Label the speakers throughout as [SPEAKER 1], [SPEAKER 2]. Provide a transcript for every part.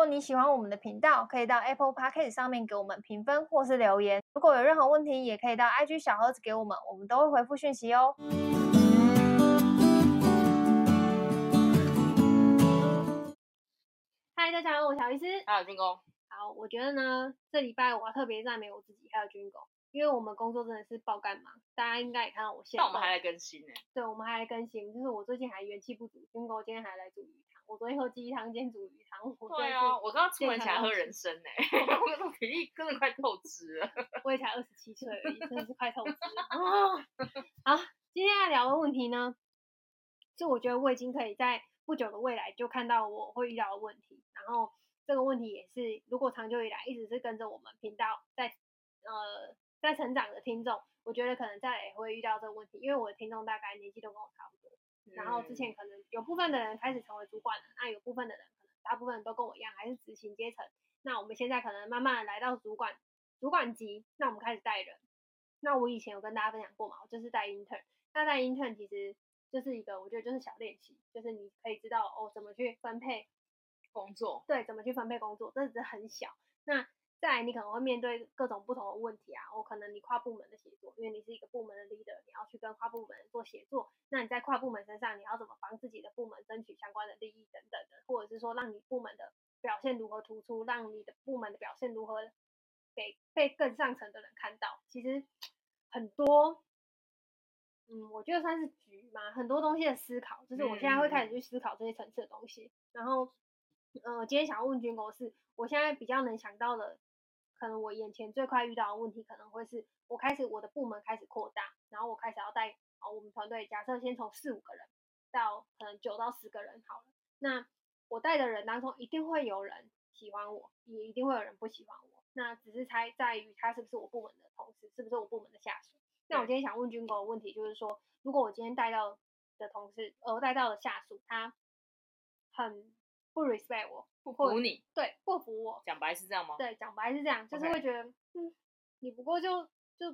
[SPEAKER 1] 果你喜欢我们的频道，可以到 Apple Podcast 上面给我们评分或是留言。如果有任何问题，也可以到 IG 小盒子给我们，我们都会回复讯息哦。嗨，大家好，我是小医师。
[SPEAKER 2] 还有军工。
[SPEAKER 1] 好，我觉得呢，这礼拜我要特别赞美我自己还有军狗，因为我们工作真的是爆干忙，大家应该也看到我现在。
[SPEAKER 2] 但我们还来更新呢。
[SPEAKER 1] 对，我们还来更新，就是我最近还元气不足，军狗今天还来煮鱼汤，我昨天喝鸡汤，今天煮鱼汤。
[SPEAKER 2] 对啊，我刚刚出门前喝人参呢，我的体力真的快透支了。
[SPEAKER 1] 我也才27岁而已，真的是快透支了。好，今天要聊的问题呢，是我觉得我已经可以在不久的未来就看到我会遇到的问题，然后这个问题也是如果长久以来一直是跟着我们频道在成长的听众，我觉得可能再来也会遇到这个问题，因为我的听众大概年纪都跟我差不多，然后之前可能有部分的人开始成为主管了，那有部分的人可能大部分人都跟我一样还是执行阶层，那我们现在可能慢慢的来到主管级，那我们开始带人。那我以前有跟大家分享过嘛，我就是带 intern， 那带 intern 其实就是一个我觉得就是小练习，就是你可以知道怎么去分配
[SPEAKER 2] 工作，
[SPEAKER 1] 对，怎么去分配工作，这只是很小。那再来你可能会面对各种不同的问题啊，可能你跨部门的协作，因为你是一个部门的 leader， 你要去跟跨部门做协作，那你在跨部门身上你要怎么帮自己的部门争取相关的利益等等的，或者是说让你部门的表现如何突出，让你的部门的表现如何被更上层的人看到，其实很多我觉得算是局嘛，很多东西的思考，就是我现在会开始去思考这些层次的东西。然后今天想要问军狗是，我现在比较能想到的，可能我眼前最快遇到的问题，可能会是我的部门开始扩大，然后我开始要带我们团队，假设先从4-5个人到可能9到10个人好了，那我带的人当中一定会有人喜欢我，也一定会有人不喜欢我，那只是在于他是不是我部门的同事，是不是我部门的下属。那我今天想问军狗的问题就是说，如果我今天带到的同事，带到的下属，他很不 respect 我，
[SPEAKER 2] 不服你，
[SPEAKER 1] 对，不服我，
[SPEAKER 2] 讲白是这样吗？
[SPEAKER 1] 对，讲白是这样，就是会觉得，你不过就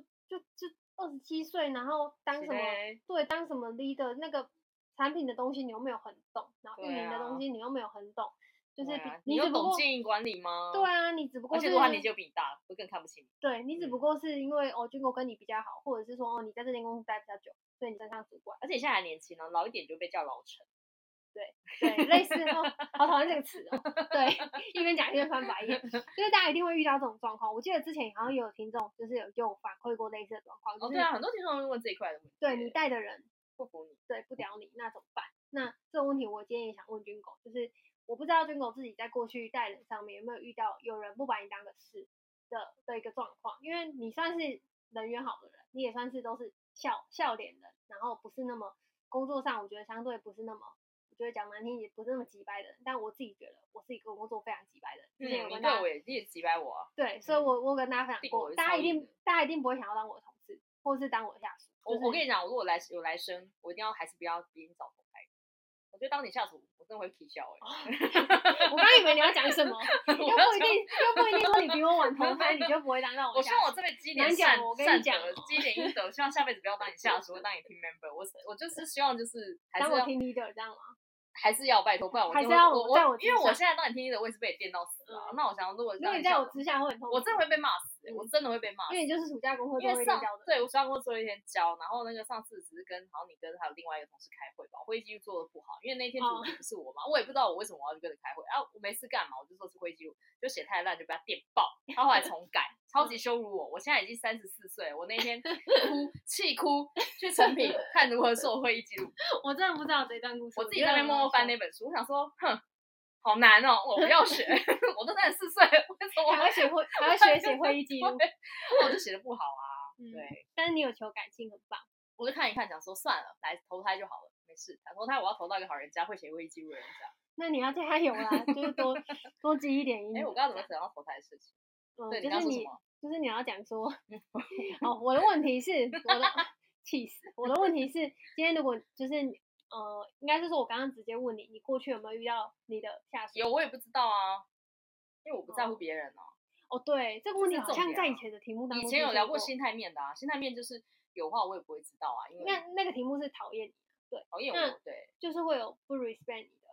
[SPEAKER 1] 27岁，然后当什么 leader， 那个产品的东西你又没有很懂，然后运营的东西你又没有很懂，就是
[SPEAKER 2] 你有懂经营管理吗？
[SPEAKER 1] 对啊，你只不过是，
[SPEAKER 2] 而且如果他年纪又比你大，会更看不起你。
[SPEAKER 1] 对，你只不过是因为军狗跟你比较好，或者是说你在这间公司待比较久，所以你升上主管。
[SPEAKER 2] 而且你现在还年轻呢，老一点就被叫老成。
[SPEAKER 1] 对，类似好讨厌这个词哦。对，一边讲一边翻白眼，就是大家一定会遇到这种状况。我记得之前好像也有听众就是有反馈过类似的状况。就是，
[SPEAKER 2] 对啊，很多听众会问这一块的问题。
[SPEAKER 1] 对，你带的人
[SPEAKER 2] 不服你，
[SPEAKER 1] 对，不屌你，那怎么办？那这个问题我今天也想问军狗，就是我不知道军狗自己在过去带人上面有没有遇到有人不把你当个事的一个状况，因为你算是人缘好的人，你也算是都是笑脸人，然后不是那么工作上我觉得相对不是那么，我觉得讲难听也不是那么急掰的人，但我自己觉得我是一个工作非常急掰的人。
[SPEAKER 2] 你对我也急掰我啊。
[SPEAKER 1] 对，所以我跟大家分享过，大家一定不会想要当我的同事，或是当我的下属。
[SPEAKER 2] 我跟你讲，我如果有来生，我一定要还是不要比你早投胎。我觉得当你下属，我真的会气笑
[SPEAKER 1] 我刚以为你要讲什么，又不一定说你比我晚投胎，你就不会当到我下属。
[SPEAKER 2] 我希望我这辈子积点善德，积点阴德，希望下辈子不要当你下属，会当你 team member。我就是希望就是还是
[SPEAKER 1] 当我 team leader 这样吗？
[SPEAKER 2] 还是要拜托，不然
[SPEAKER 1] 还是要我
[SPEAKER 2] 因为我现在当你 team leader，我也是被你电到死啊。那我想如果
[SPEAKER 1] 你在我之下会很痛苦，
[SPEAKER 2] 我真的会被骂死。我真的会被骂，
[SPEAKER 1] 因为你就是暑假功课
[SPEAKER 2] 最后一
[SPEAKER 1] 天交的。
[SPEAKER 2] 对，我暑假功课最后一天交，然后那个上次只是跟好像你跟还有另外一个同事开会吧，会议记录做的不好，因为那天主题不是我嘛，我也不知道我为什么我要去跟着开会啊，我没事干嘛，我就说是会议记录，就写太烂就被他电爆，他后来重改，超级羞辱我。我现在已经34岁了，我那天气哭去成品看如何做会议记录。
[SPEAKER 1] 我真的不知道这段故事，
[SPEAKER 2] 我自己在那边默默翻那本书，我想说，好难哦，我不要学，我都34岁了，为什么
[SPEAKER 1] 还要学写会议记录？
[SPEAKER 2] 我就写的不好啊。对，
[SPEAKER 1] 但是你有求改进，很棒。
[SPEAKER 2] 我就看一看，想说算了，来投胎就好了，没事。投胎我要投到一个好人家，会写会议记录的人家。
[SPEAKER 1] 那你要加油啦，就是多积一点阴。
[SPEAKER 2] 我刚刚怎么想到投胎的事情？对，
[SPEAKER 1] 就是就是你要讲说，我的问题是，气死！我的问题是，今天如果就是应该是说我刚刚直接问你，你过去有没有遇到你的下属？
[SPEAKER 2] 有，我也不知道啊，因为我不在乎别人啊。
[SPEAKER 1] 对，这个问题好像在以前的题目当中，
[SPEAKER 2] 以前有聊过心态面的啊，心态面就是有话我也不会知道啊，因为
[SPEAKER 1] 那个题目是讨厌你，对，
[SPEAKER 2] 讨厌我，对，
[SPEAKER 1] 就是会有不 respect 你的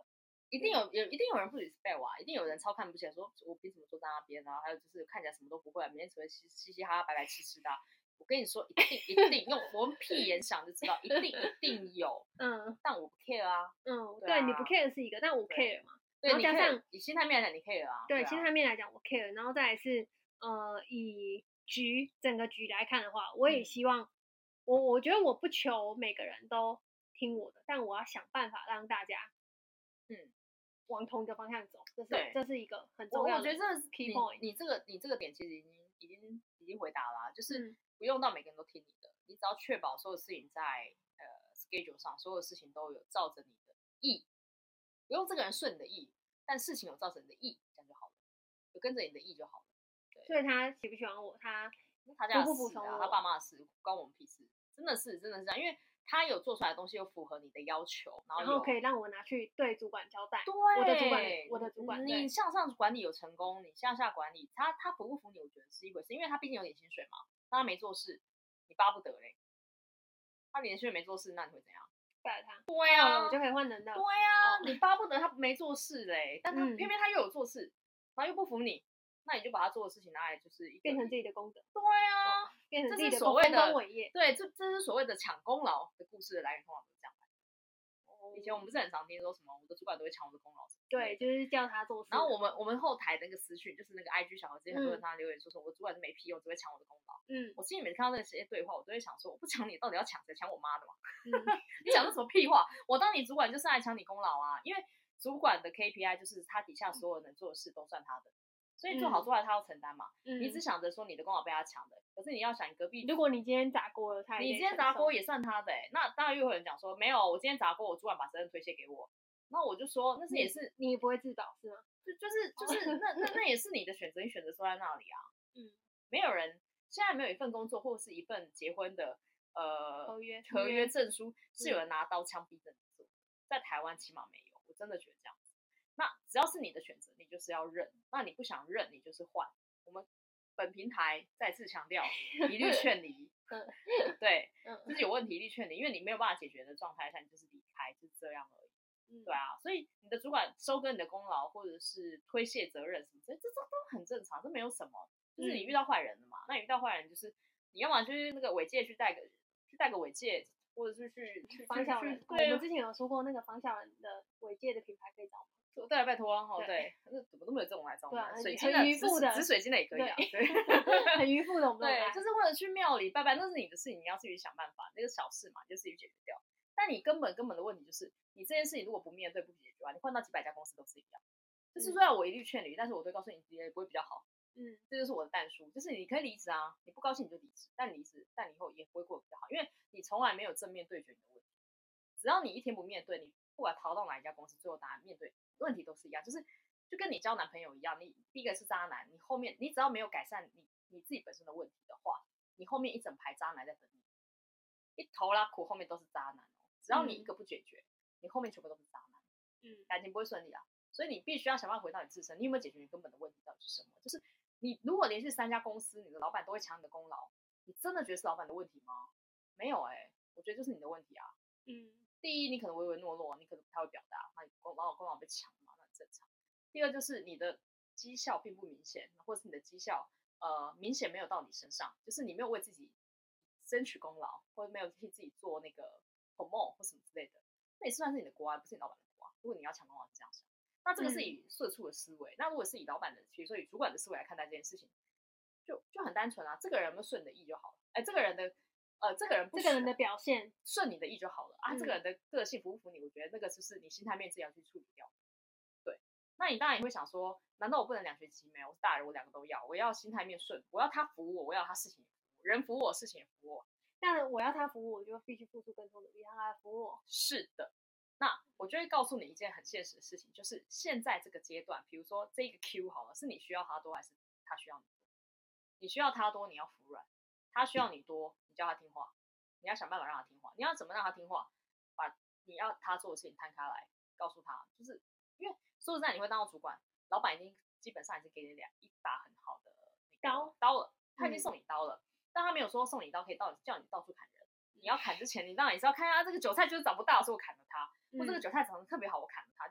[SPEAKER 2] 一定有人不 respect 我啊，一定有人超看不起来，说我凭什么坐在那边啊？还有就是看起来什么都不会，每天只会嘻嘻哈哈、白白痴痴的啊。我跟你说，一定用我们屁眼想就知道，一定有。但我不 care 啊。
[SPEAKER 1] 对，你不 care 是一个，但我 care 嘛。然后加上
[SPEAKER 2] 以心态面来讲，你 care 啊。
[SPEAKER 1] 对，心态面来讲我 care，然后再来是以整个局来看的话，我也希望我觉得我不求每个人都听我的，但我要想办法让大家往同一个方向走，这是一个很重要的 key point。
[SPEAKER 2] 你这个点其实已经回答了啊，就是不用到每个人都听你的，你只要确保所有事情在schedule 上，所有事情都有照着你的意，不用这个人顺你的意，但事情有照着你的意，这样就好了，有跟着你的意就好了。对，
[SPEAKER 1] 所以他喜不喜欢我，他
[SPEAKER 2] 家的
[SPEAKER 1] 服不服从我，
[SPEAKER 2] 他爸妈的事关我们屁事，真的是这样，因为他有做出来的东西又符合你的要求，然后
[SPEAKER 1] 可以让我拿去对主管交代。
[SPEAKER 2] 对，
[SPEAKER 1] 我的主管，
[SPEAKER 2] 你向上管理有成功，你向下管理他服不服你，我觉得是一回事，因为他毕竟有点薪水嘛，他没做事，你巴不得嘞。他连续没做事，那你会怎样？
[SPEAKER 1] 拜他。
[SPEAKER 2] 对啊，
[SPEAKER 1] 我就可以换人了。
[SPEAKER 2] 对啊，你巴不得他没做事嘞，但他偏偏他又有做事，然后又不服你，那你就把他做的事情拿来就是
[SPEAKER 1] 变成自己的功德。
[SPEAKER 2] 对啊，
[SPEAKER 1] 变成自己的
[SPEAKER 2] 所谓的
[SPEAKER 1] 伟业。
[SPEAKER 2] 对，这是所谓的抢功劳的故事的来源，通常都是这样来的。以前我们不是很常听说什么我的主管都会抢我的功劳。
[SPEAKER 1] 对，就是叫他做事。
[SPEAKER 2] 然后我们后台的那个私讯，就是那个 IG 小盒子，很多人他留言说我主管是没屁用，只会抢我的功劳。我心里每次看到那些对话，我都会想说，我不抢你，到底要抢谁？抢我妈的吗？你讲的什么屁话？我当你主管就是来抢你功劳啊，因为主管的 KPI 就是他底下所有能做的事都算他的，所以做好做坏他要承担嘛。你只想着说你的功劳被他抢的，可是你要想你隔壁，
[SPEAKER 1] 如果你今天砸锅了，
[SPEAKER 2] 你今天砸锅也算他的那当然又有人讲说没有，我今天砸锅，我主管把责任推卸给我。那我就说，那是也是
[SPEAKER 1] 你也不会自保是吗？
[SPEAKER 2] 就是那也是你的选择，你选择坐在那里啊。没有人现在没有一份工作或是一份结婚的合约证书是有人拿刀枪逼着你做，在台湾起码没有，我真的觉得这样子。那只要是你的选择，你就是要认，那你不想认，你就是换。我们本平台再次强调，一律劝离。对，就是有问题一律劝离，因为你没有办法解决的状态下，你就是离开，就是这样而已。对啊，所以你的主管收割你的功劳，或者是推卸责任什么之类，这都很正常，这没有什么。就是你遇到坏人了嘛，那你遇到坏人就是你要么就是那个尾戒去戴个尾戒，或者是去
[SPEAKER 1] 防小人。对，我们之前有说过那个防小人的尾戒的品牌可以找吗？
[SPEAKER 2] 对，拜托哦，对，那怎么都没有这种来找我们？水晶
[SPEAKER 1] 的，
[SPEAKER 2] 紫水晶的也可以啊，对，
[SPEAKER 1] 很迂腐的我们
[SPEAKER 2] 对，就是为了去庙里拜拜，那是你的事情，你要自己想办法，那个小事嘛，就自己解决掉。但你根本的问题就是，你这件事情如果不面对不解决啊，你换到几百家公司都是一样。就是虽然我一律劝离，但是我都告诉你，也不会比较好。这就是我的但书，就是你可以离职啊，你不高兴你就离职，但你以后也不会过得比较好，因为你从来没有正面对决你的问题。只要你一天不面对，你不管逃到哪一家公司，最后答案面对问题都是一样，就跟你交男朋友一样，你第一个是渣男，你后面你只要没有改善你自己本身的问题的话，你后面一整排渣男在等你，一头拉苦后面都是渣男。只要你一个不解决，你后面全部都是渣男，感情不会顺利啊。所以你必须要想办法回到你自身，你有没有解决你根本的问题到底是什么？就是你如果连续3家公司，你的老板都会抢你的功劳，你真的觉得是老板的问题吗？没有我觉得就是你的问题啊。第一，你可能唯唯诺诺，你可能不太会表达，那你功劳被抢嘛，那很正常。第二就是你的绩效并不明显，或者是你的绩效明显没有到你身上，就是你没有为自己争取功劳，或者没有替自己做那个 promote 或什么之类的，那也算是你的锅啊，不是你老板的锅啊。如果你要抢功劳是这样想，那这个是以社畜的思维。那如果是以老板的，比如说以主管的思维来看待这件事情，就很单纯啊。这个人有没有顺你的意就好了。这个人的
[SPEAKER 1] 表现
[SPEAKER 2] 顺你的意就好了啊。这个人的个性符不符你，我觉得那个就是你心态面自己要去处理掉。对，那你当然也会想说，难道我不能2全其美？我是大人，我2个都要，我要心态面顺，我要他服我，我要他事情也服我，人服我，事情也服我。
[SPEAKER 1] 但我要他服我，我就必须付出更多努力让他服我。
[SPEAKER 2] 是的，那我就会告诉你一件很现实的事情，就是现在这个阶段，比如说这个 Q 好了，是你需要他多还是他需要你多？你需要他多，你要服软；他需要你多，你叫他听话。你要想办法让他听话。你要怎么让他听话？把你要他做的事情摊开来，告诉他，就是因为说实在，你会当到主管，老板基本上已经给你一把很好的刀了，他已经送你刀了。但他没有说送你刀可以叫你到处砍人。你要砍之前，你当然也是要看这个韭菜就是长不大，所以我砍了他；或这个韭菜长得特别好，我砍了他。就是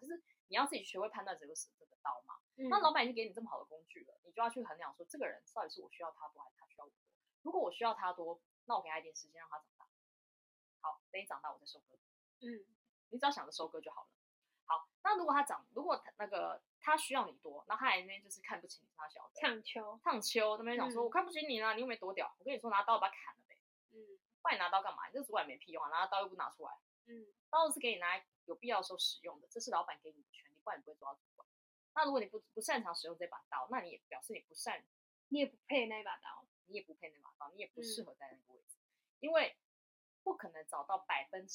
[SPEAKER 2] 你要自己学会判断这个刀嘛。那老板已经给你这么好的工具了，你就要去衡量说这个人到底是我需要他多还是他需要我多。如果我需要他多，那我给他一点时间让他长大。好，等你长大我再收割。你只要想着收割就好了。好，那如果他需要你多，那他还那边就是看不起你，他小的唱秋那边讲说我看不起你啦，你又没多屌，我跟你说拿刀把他砍了呗。不然你拿刀干嘛？你这主管没屁用啊，拿刀又不拿出来。刀是给你拿有必要的时候使用的，这是老板给你的权利，不然你不会做到主管。那如果你不擅长使用这把刀，那你也表示
[SPEAKER 1] 你也不配那把刀，
[SPEAKER 2] 你也不不适合在那个位置，因为不可能找到100%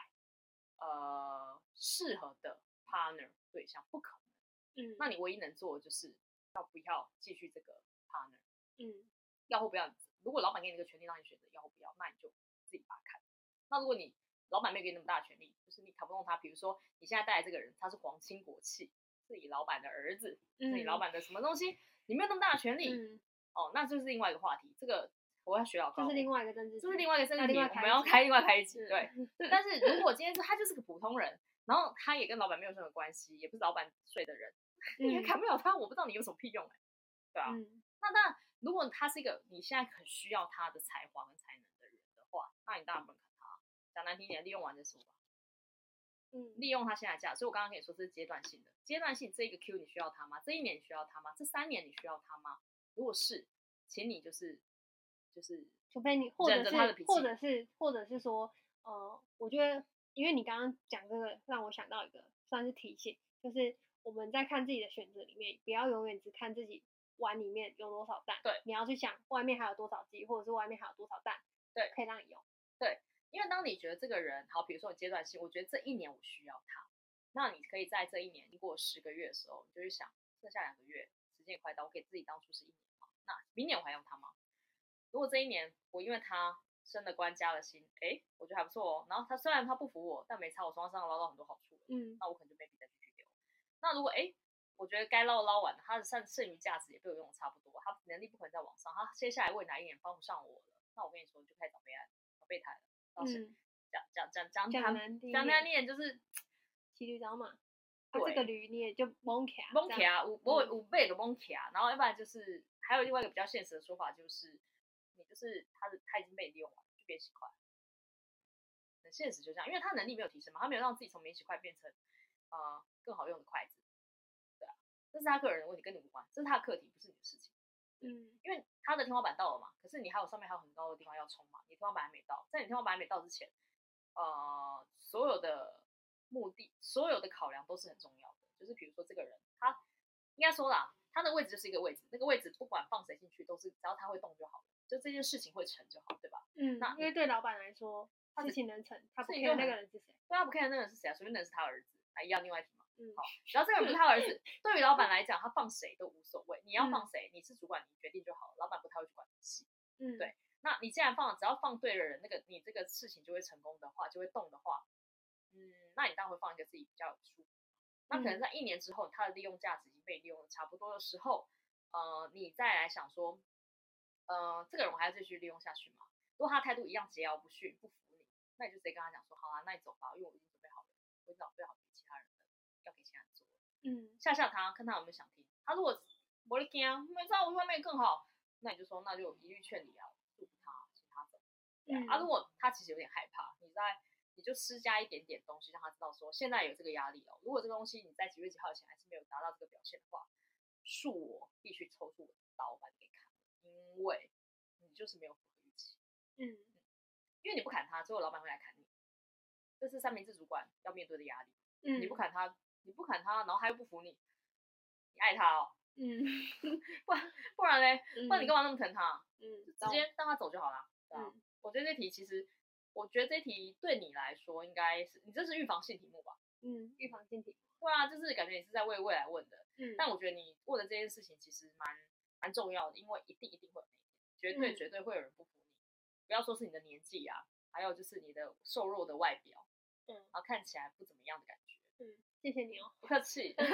[SPEAKER 2] 适合的 partner 对象，不可能。那你唯一能做的就是要不要继续这个 partner，要或不要。如果老板给你这个权利让你选择要或不要，那你就自己把它看。那如果你老板没有给你那么大的权利，就是你搞不动他，比如说你现在带来这个人他是皇亲国戚，是你老板的儿子，是你老板的什么东西，你没有那么大的权利，那就是另外一个话题。这个我要学老高，
[SPEAKER 1] 这是另外一个政治题，
[SPEAKER 2] 这是另外一个政治题，我们要另外开一集。对，但是如果今天他就是个普通人，然后他也跟老板没有任何关系，也不是老板睡的人，你也砍不了他，我不知道你有什么屁用对啊。那当然，如果他是一个你现在很需要他的才华跟才能的人的话，那你当然不能砍他。讲难听点，利用完再说吧。利用他现在的价值。所以我刚刚跟你说这是阶段性的，阶段性这一个 Q 你需要他吗？这1年你需要他吗？这3年你需要他吗？如果是，请你就是
[SPEAKER 1] 除非你或者是说，我觉得因为你刚刚讲这个，让我想到一个算是提醒，就是我们在看自己的选择里面，不要永远只看自己碗里面有多少蛋，
[SPEAKER 2] 对，
[SPEAKER 1] 你要去想外面还有多少鸡，或者是外面还有多少蛋，
[SPEAKER 2] 对，
[SPEAKER 1] 可以让你用。
[SPEAKER 2] 对，因为当你觉得这个人好，比如说你阶段性，我觉得这1年我需要他，那你可以在这1年经过10个月的时候，你就去想，剩下2个月，时间也快到，我给自己当初是1年嘛，那明年我还用他吗？如果这1年我因为他升了官加了薪，我觉得还不错哦。然后他虽然他不服我，但没差，我从他身上捞到很多好处了。那我可能就 maybe 再继续丢。那如果我觉得该捞完了，他的剩余价值也被我用的差不多，他能力不可能再往上，他接下来未来1年帮不上我了，那我跟你说就开始找备胎了。到时讲难听点就是
[SPEAKER 1] 骑驴找马。这个驴你也就蒙卡，
[SPEAKER 2] 有背的蒙卡，然后要不然就是还有另外一个比较现实的说法，就是你就是他已经被你利用完，就变洗块。很现实就这样，因为他能力没有提升嘛，他没有让自己从免洗块变成更好用的筷子，对啊，这是他个人的问题，跟你无关，这是他的课题，不是你的事情。因为他的天花板到了嘛，可是你上面还有很高的地方要冲嘛，你天花板还没到，在你天花板还没到之前，所有的目的、所有的考量都是很重要的。就是比如说这个人，他应该说啦，他的位置就是一个位置，那个位置不管放谁进去，都是只要他会动就好了，就这件事情会成就好，对吧？
[SPEAKER 1] 那因为对老板来说，事情能成，他不 care 那个人是谁，
[SPEAKER 2] 对，他不 care 那个人是谁啊，随便那人是他儿子，一样另外一题嘛。好，只要这个人不是他儿子，对于老板来讲，他放谁都无所谓。你要放谁，你是主管，你决定就好了，老板不太会去管你细。对。那你既然只要放对了人，你这个事情就会成功的话，就会动的话，那你当然会放一个自己比较有舒服。那可能在1年之后，他的利用价值已经被利用的差不多的时候，你再来想说，这个人我还要继续利用下去吗？如果他态度一样桀骜不驯，不服你，那你就直接跟他讲说，好啊，那你走吧，因为我已经准备好了，我已经准备好给其他人的，要给其他人做了。吓他，看他有没有想听。他如果没在听，没知道我外面更好，那你就说，那就一律劝离啊，祝福他，请他走。如果他其实有点害怕，你就施加一点点东西，让他知道说现在有这个压力哦。如果这个东西你在几月几号前还是没有达到这个表现的话，恕我必须抽出我的刀把你给砍了，因为你就是没有符合预期。因为你不砍他，之后老板会来砍你，这是3明治主管要面对的压力。你不砍他，然后他又不服你，你爱他哦。不然嘞，不然你干嘛那么疼他？就直接让他走就好了。对啊，我觉得这题其实。我觉得这题对你来说应该是，你这是预防性题目吧？
[SPEAKER 1] 预防性题目。
[SPEAKER 2] 对啊，就是感觉你是在为未来问的。但我觉得你问的这件事情其实蛮重要的，因为一定会有那一天，绝对会有人不服你。不要说是你的年纪啊，还有就是你的瘦弱的外表，然后看起来不怎么样的感觉。
[SPEAKER 1] 谢谢你哦，
[SPEAKER 2] 不客气。因为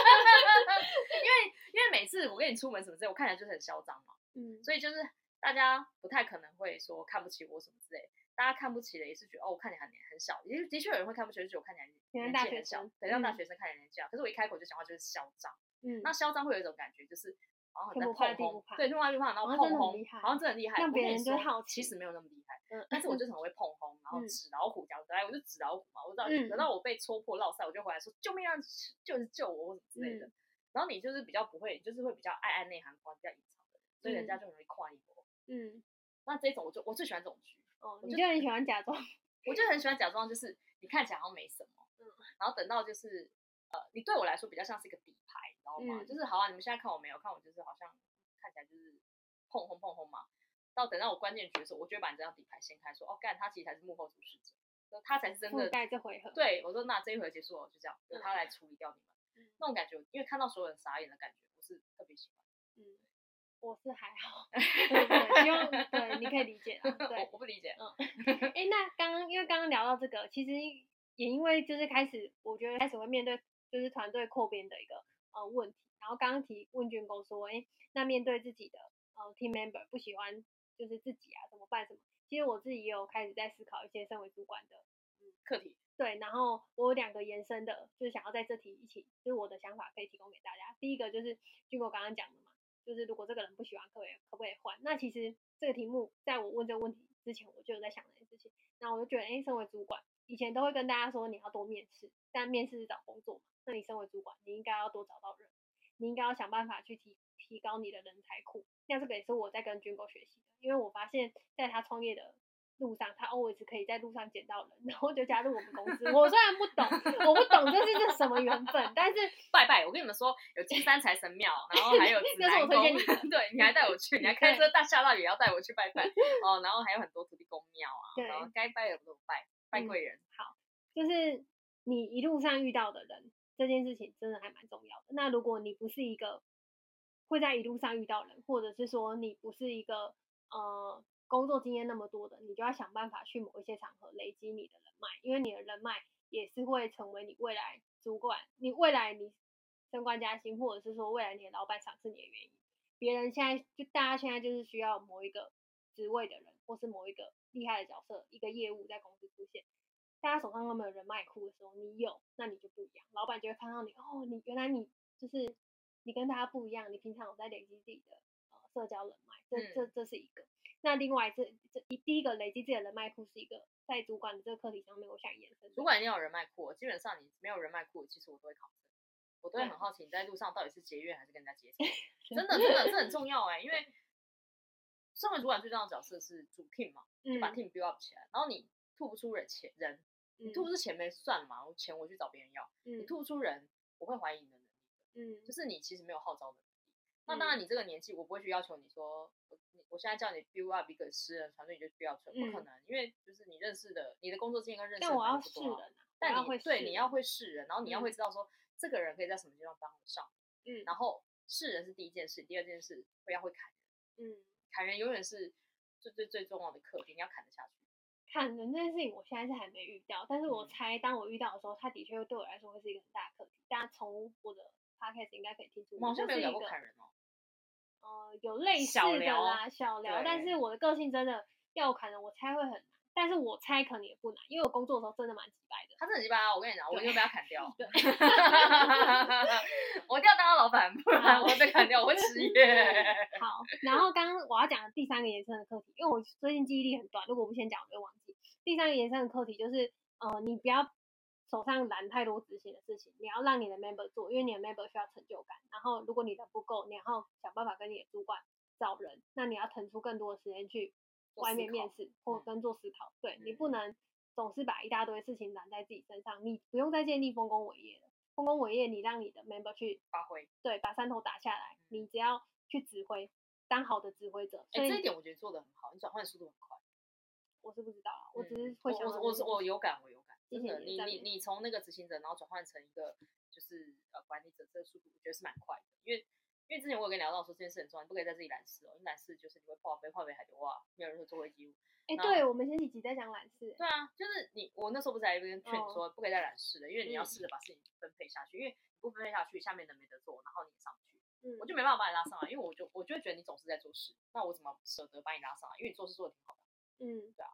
[SPEAKER 2] 每次我跟你出门什么之类，我看起来就是很嚣张嘛。所以就是大家不太可能会说看不起我什么之类。 大家看不起的也是觉得哦，我看起来很小，的确有人会看不起，就觉得我看起来年纪很小，对，像大学生看起来年纪小，可是我一开口就讲话就是嚣张，那嚣张会有一种感觉就是好像很在碰轰，对，天不怕地不怕，然后碰轰，好像真的很厉害，
[SPEAKER 1] 让别人就好奇，
[SPEAKER 2] 其实没有那么厉害，但是我就是很会碰轰，然后纸老虎讲得来，我就纸老虎嘛，我知道，等到我被戳破落塞，我就回来说救命啊，就是救我或什么之类的，然后你就是比较不会，就是会比较爱内涵光，比较隐藏的人，所以人家就很容易跨一波，那这种我最喜欢这种剧，
[SPEAKER 1] 你就很喜欢假装，
[SPEAKER 2] 我就很喜欢假装，就是你看起来好像没什么，然后等到就是你对我来说比较像是一个底牌，你知道吗？就是好啊，你们现在看我没有看我，就是好像看起来就是碰轰嘛。到等到我关键局的时候，我就会把你这张底牌掀开，说哦，干，他其实才是幕后主使者，他才是真的
[SPEAKER 1] 覆盖这回合。
[SPEAKER 2] 对，我说那这一回结束了，就这样，由他来处理掉你们。那种感觉，因为看到所有人傻眼的感觉，我是特别喜欢。
[SPEAKER 1] 我是还好，对，希望对你可以理解。对，
[SPEAKER 2] 我不理解。
[SPEAKER 1] 那因为刚刚聊到这个，其实也因为就是我觉得开始会面对就是团队扩编的一个问题。然后刚刚问军工说，那面对自己的team member 不喜欢就是自己啊怎么办什么？其实我自己也有开始在思考一些身为主管的
[SPEAKER 2] 课题。
[SPEAKER 1] 对，然后我有2个延伸的，就是想要在这题一起，就是我的想法可以提供给大家。第一个就是军哥刚刚讲的嘛，就是如果这个人不喜欢，可不可以换？那其实这个题目在我问这个问题之前，我就有在想这件事情。那我就觉得，身为主管，以前都会跟大家说你要多面试，但面试是找工作嘛，那你身为主管，你应该要多找到人，你应该要想办法去提高你的人才库。那这个也是我在跟军哥学习的，因为我发现在他创业的路上，他 always 可以在路上捡到人，然后就加入我们公司。我虽然不懂，我不懂这是什么缘分，但是
[SPEAKER 2] 拜，我跟你们说，有金山财神庙，然后还有指南宫，对，你还带我去，你还开车下大雨也要带我去拜拜哦，然后还有很多土地公庙啊，然后该拜的都拜贵人。
[SPEAKER 1] 好，就是你一路上遇到的人，这件事情真的还蛮重要的。那如果你不是一个会在一路上遇到人，或者是说你不是一个工作经验那么多的，你就要想办法去某一些场合累积你的人脉，因为你的人脉也是会成为你未来主管，你未来你升官加薪，或者是说未来你的老板赏识你的原因。别人大家现在就是需要某一个职位的人，或是某一个厉害的角色，一个业务在公司出现，大家手上都没有人脉库的时候，你有，那你就不一样，老板就会看到你，你原来你就是你跟大家不一样，你平常有在累积自己的社交人脉，这是一个。那另外第一个累积自己的人脉库是一个在主管的这个课题上面，我想延伸。
[SPEAKER 2] 主管一定要有人脉库，基本上你没有人脉库，其实我都会考证，我都会很好奇你在路上到底是结怨还是跟人家结仇，真的这很重要因为身为主管最重要的角色是主 team 嘛，就把 team build up 起来，然后你吐不出人，你吐不出钱没算嘛，钱我去找别人要，你吐不出人，我会怀疑你的能力，就是你其实没有号召能力。那当然，你这个年纪，我不会去要求你说，我现在叫你 build up 一个私人团队，你就 build up 不可能，因为就是你认识的，你的工作经验跟认识的人不多，但你要会识人，然后你要会知道说，这个人可以在什么地方帮得上，然后识人是第一件事，第二件事要会砍人，砍人永远是最重要的课题，你要砍得下去。
[SPEAKER 1] 砍人这件事情，我现在是还没遇到，但是我猜当我遇到的时候，它的确对我来说会是一个很大的课题。大家从我的 podcast 应该可以听出，
[SPEAKER 2] 我好像没有聊过砍人
[SPEAKER 1] 有类似的啦，小聊，但是我的个性真的要我砍人，我猜会很难，但是我猜可能也不难，因为我工作的时候真的蛮鸡掰的。
[SPEAKER 2] 他真的很鸡掰啊！我跟你讲，我就被他砍掉。我一定要当他老板，不然我被砍掉，我会失业。
[SPEAKER 1] 好，然后刚刚我要讲的第3个延伸的课题，因为我最近记忆力很短，如果我不先讲，我就忘记。第3个延伸的课题就是，你不要手上揽太多执行的事情，你要让你的 member 做，因为你的 member 需要成就感。然后如果你人不够，你要想办法跟你的主管找人，那你要腾出更多的时间去外面面试或跟做思考。对，你不能总是把一大堆事情揽在自己身上，你不用再建立丰功伟业了。丰功伟业，你让你的 member 去
[SPEAKER 2] 发挥，
[SPEAKER 1] 对，把山头打下来，你只要去指挥，当好的指挥者。
[SPEAKER 2] 这一点我觉得做得很好，你转换速度很快。
[SPEAKER 1] 我是不知道啊，我只是会想
[SPEAKER 2] 我有感，真的，你从那个执行者，然后转换成一个就是管理者，这个速度我觉得是蛮快的，因为之前我有跟你聊到说这件事很重要，你不可以在这里揽事哦，你揽事就是你会泡杯海流哇，没有人会做会记录。
[SPEAKER 1] 对，我们前几集在讲揽事。
[SPEAKER 2] 对啊，就是我那时候不是在一边劝你说不可以再揽事了，因为你要试着把事情分配下去，因为你不分配下去，下面的没得做，然后你上不去，我就没办法把你拉上来，因为我就会觉得你总是在做事，那我怎么舍得把你拉上来？因为你做事做得挺好的。
[SPEAKER 1] 对啊。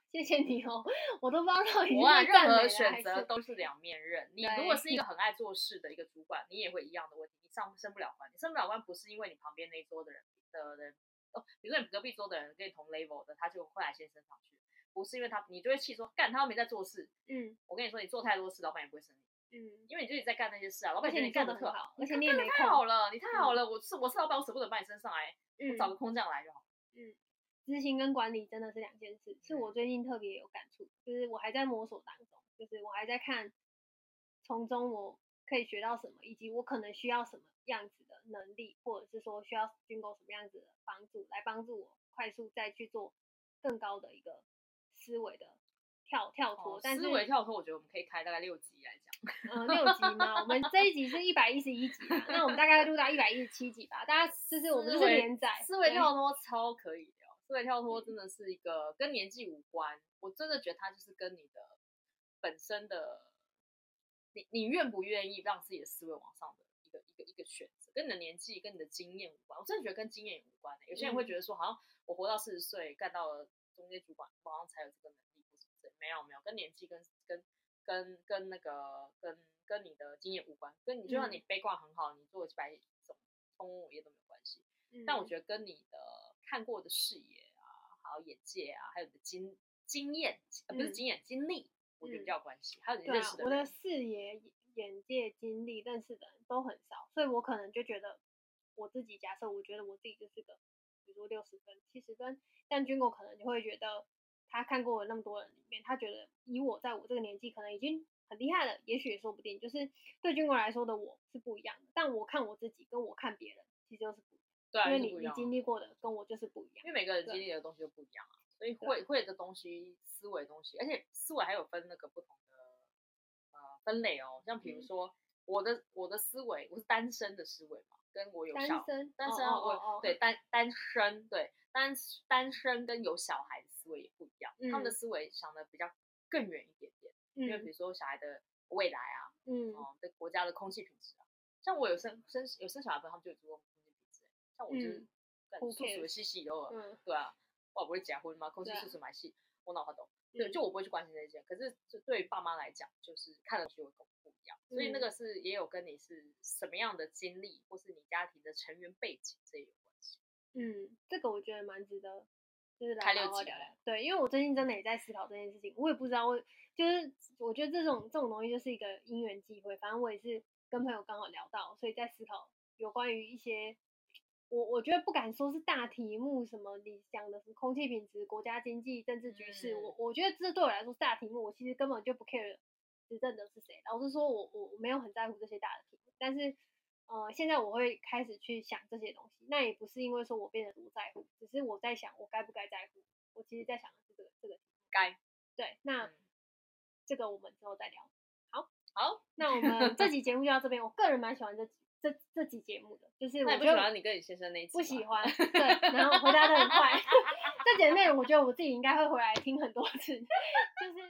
[SPEAKER 1] 谢谢你哦，我都不知道到底是
[SPEAKER 2] 任何
[SPEAKER 1] 被赞美了
[SPEAKER 2] 选择
[SPEAKER 1] 还是
[SPEAKER 2] 都是两面刃。你
[SPEAKER 1] 对
[SPEAKER 2] 如果是一个很爱做事的一个主管，你也会一样的问题，你升不了官。你升不了官不是因为你旁边那一桌的人比如说你隔壁桌的人跟你同 level 的，他就会来先升上去，不是因为你就会气说，干他又没在做事。我跟你说，你做太多事，老板也不会升你。因为你自己在干那些事啊，老板觉得你干得特好，
[SPEAKER 1] 而且你也没空，
[SPEAKER 2] 太好了，你太好了，我是老板，我舍不得把你升上来，我找个空降来就好。
[SPEAKER 1] 执行跟管理真的是两件事，是我最近特别有感触，就是我还在摸索当中，就是我还在看从中我可以学到什么，以及我可能需要什么样子的能力，或者是说需要军狗什么样子的帮助，来帮助我快速再去做更高的一个思维的跳脱。但是
[SPEAKER 2] 思维跳脱，我觉得我们可以开大概6集来讲。
[SPEAKER 1] 6集吗？我们这一集是111集嘛，那我们大概录到117集吧。大家就是我们就是连载，
[SPEAKER 2] 思维跳脱超可以聊。思维跳脱真的是一个跟年纪无关，我真的觉得它就是跟你的本身的，你愿不愿意让自己的思维往上的一个选择，跟你的年纪跟你的经验无关。我真的觉得跟经验也无关。有些人会觉得说，好像我活到40岁干到了中阶主管，好像才有这个能力，不是没有，跟年纪跟那个跟你的经验无关，跟你就算你background很好，你做100种通也都没有关系。但我觉得跟你的看过的视野啊，还有眼界啊，还有你的经验，不是经验，经历，我觉得比较有关系。还有你认识的人，
[SPEAKER 1] 我的视野、眼界、经历认识的人都很少，所以我可能就觉得我自己假设，我觉得我自己就是个，比如说60分、70分，但军狗可能就会觉得他看过了那么多人里面，他觉得以我在我这个年纪可能已经很厉害了，也许也说不定。就是对军狗来说的我是不一样的，但我看我自己跟我看别人其实就是不一样。
[SPEAKER 2] 对啊，
[SPEAKER 1] 因为你经历过的跟我就是不一样，
[SPEAKER 2] 因为每个人经历的东西都不一样啊，所以会的东西、思维的东西，而且思维还有分那个不同的分类哦。像比如说我的思维，我是单身的思维嘛，跟我有单身对单身对单身跟有小孩的思维也不一样，他们的思维想的比较更远一点点。因为比如说小孩的未来啊，对国家的空气品质啊，像我有生小孩朋友，他们就有注重空气品质。像我就是素食的嬉戏都对啊，我不会结婚嘛，空气素食买戏，我脑壳懂。对，就我不会去关心这些。可是对于爸妈来讲，就是看的就会跟我不一样，所以那个是也有跟你是什么样的经历，或是你家庭的成员背景这也有关系。
[SPEAKER 1] 这个我觉得蛮值得，就是
[SPEAKER 2] 来
[SPEAKER 1] 好好聊聊。对，因为我最近真的也在思考这件事情，我也不知道就是我觉得这种东西就是一个因缘际会，反正我也是跟朋友刚好聊到，所以在思考有关于一些我觉得不敢说是大题目，什么你讲的什么空气品质、国家经济、政治局势，我觉得这对我来说是大题目，我其实根本就不 care 执政者是谁。老实说，我没有很在乎这些大的题目，但是现在我会开始去想这些东西，那也不是因为说我变得多在乎，只是我在想我该不该在乎。我其实在想的是这个题目。
[SPEAKER 2] 该。
[SPEAKER 1] 对，那这个我们之后再聊。
[SPEAKER 2] 好，
[SPEAKER 1] 那我们这集节目就到这边。我个人蛮喜欢这集节目的，就是我
[SPEAKER 2] 不喜欢你跟你先生那一集，
[SPEAKER 1] 不喜欢，对，然后回答的很快。这集的内容我觉得我自己应该会回来听很多次，就是